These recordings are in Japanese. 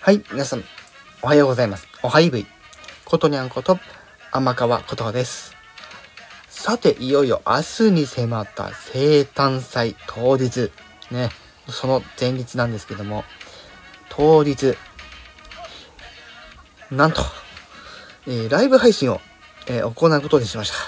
はい、皆さん、おはようございます。おはいぶい、ことにゃんこと天川ことはです。さて、いよいよ明日に迫った生誕祭当日、ね、その前日なんですけども、当日、なんと、ライブ配信を、行うことにしました。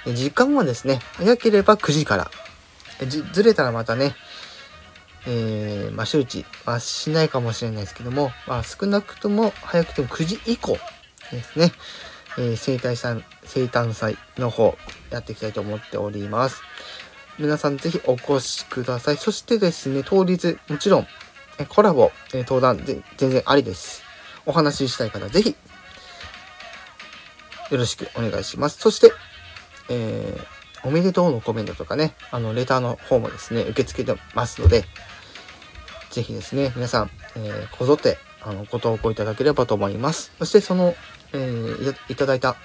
時間はですね、早ければ9時から、ずれたらまたね、周知はしないかもしれないですけども、少なくとも早くても9時以降ですね、生誕祭の方やっていきたいと思っております。皆さんぜひお越しください。そしてですね、当日もちろんコラボ、登壇で全然ありです。お話ししたい方ぜひよろしくお願いします。そして、おめでとうのコメントとかね、レターの方もですね、受け付けてますので、ぜひですね、皆さん、こぞってご投稿いただければと思います。そしてその、いただいた、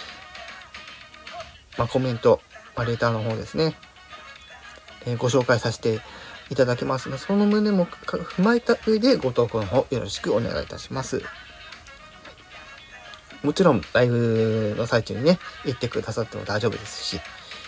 コメント、レターの方ですね、ご紹介させていただきますので、その旨も踏まえた上でご投稿の方よろしくお願いいたします。もちろんライブの最中にね、言ってくださっても大丈夫ですし、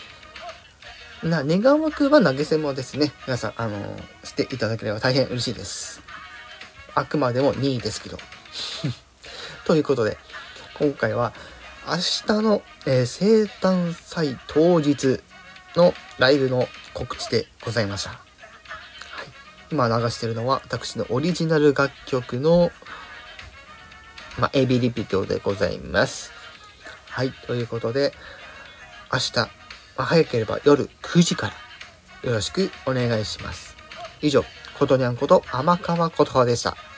願わくば投げ銭もですね、皆さん、していただければ大変嬉しいです。あくまでも任意ですけど。ということで、今回は明日の、生誕祭当日のライブの告知でございました。はい、今流しているのは私のオリジナル楽曲の、AB リピートでございます。はい、ということで、明日、早ければ夜9時からよろしくお願いします。以上、ことにゃんこと天川ことはでした。